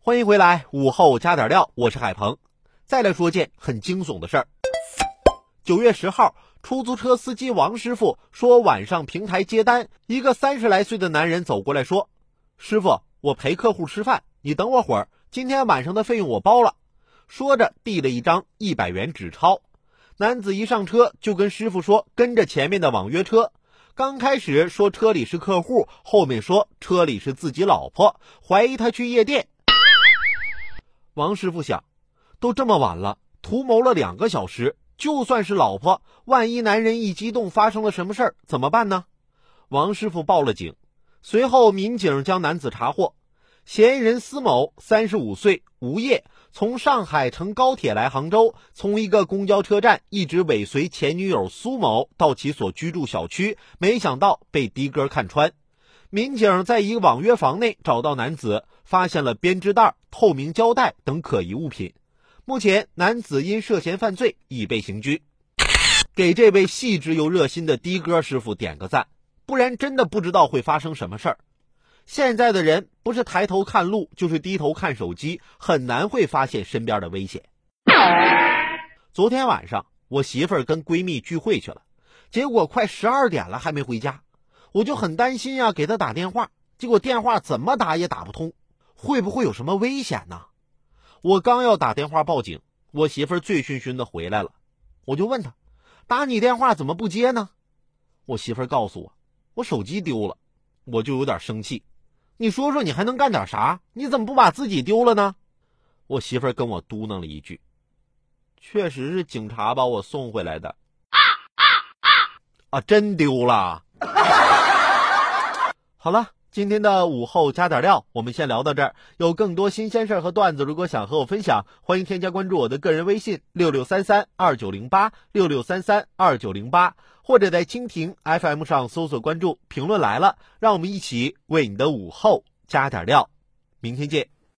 欢迎回来，午后加点料，我是海鹏。再来说件很惊悚的事儿。9月10号，出租车司机王师傅说晚上平台接单，一个30来岁的男人走过来说：“师傅，我陪客户吃饭，你等我会儿，今天晚上的费用我包了。”说着递了一张100元纸钞。男子一上车就跟师傅说跟着前面的网约车，刚开始说车里是客户，后面说车里是自己老婆，怀疑他去夜店。王师傅想，都这么晚了，图谋了2个小时，就算是老婆，万一男人一激动发生了什么事儿怎么办呢？王师傅报了警，随后民警将男子查获。嫌疑人司某35岁，无业，从上海乘高铁来杭州，从一个公交车站一直尾随前女友苏某到其所居住小区，没想到被的哥看穿。民警在一个网约房内找到男子，发现了编织袋、透明胶带等可疑物品。目前男子因涉嫌犯罪已被刑拘。给这位细致又热心的的哥师傅点个赞，不然真的不知道会发生什么事儿。现在的人不是抬头看路，就是低头看手机，很难会发现身边的危险。昨天晚上我媳妇儿跟闺蜜聚会去了，结果快12点了还没回家，我就很担心呀，给她打电话，结果电话怎么打也打不通，会不会有什么危险呢？我刚要打电话报警，我媳妇儿醉醺醺的回来了，我就问她，打你电话怎么不接呢？我媳妇儿告诉我，我手机丢了。我就有点生气，你说说你还能干点啥？你怎么不把自己丢了呢？我媳妇儿跟我嘟囔了一句，确实是警察把我送回来的。真丢了。好了，今天的午后加点料我们先聊到这儿，有更多新鲜事和段子，如果想和我分享，欢迎添加关注我的个人微信66332908，66332908，或者在蜻蜓 FM 上搜索关注评论来了，让我们一起为你的午后加点料。明天见。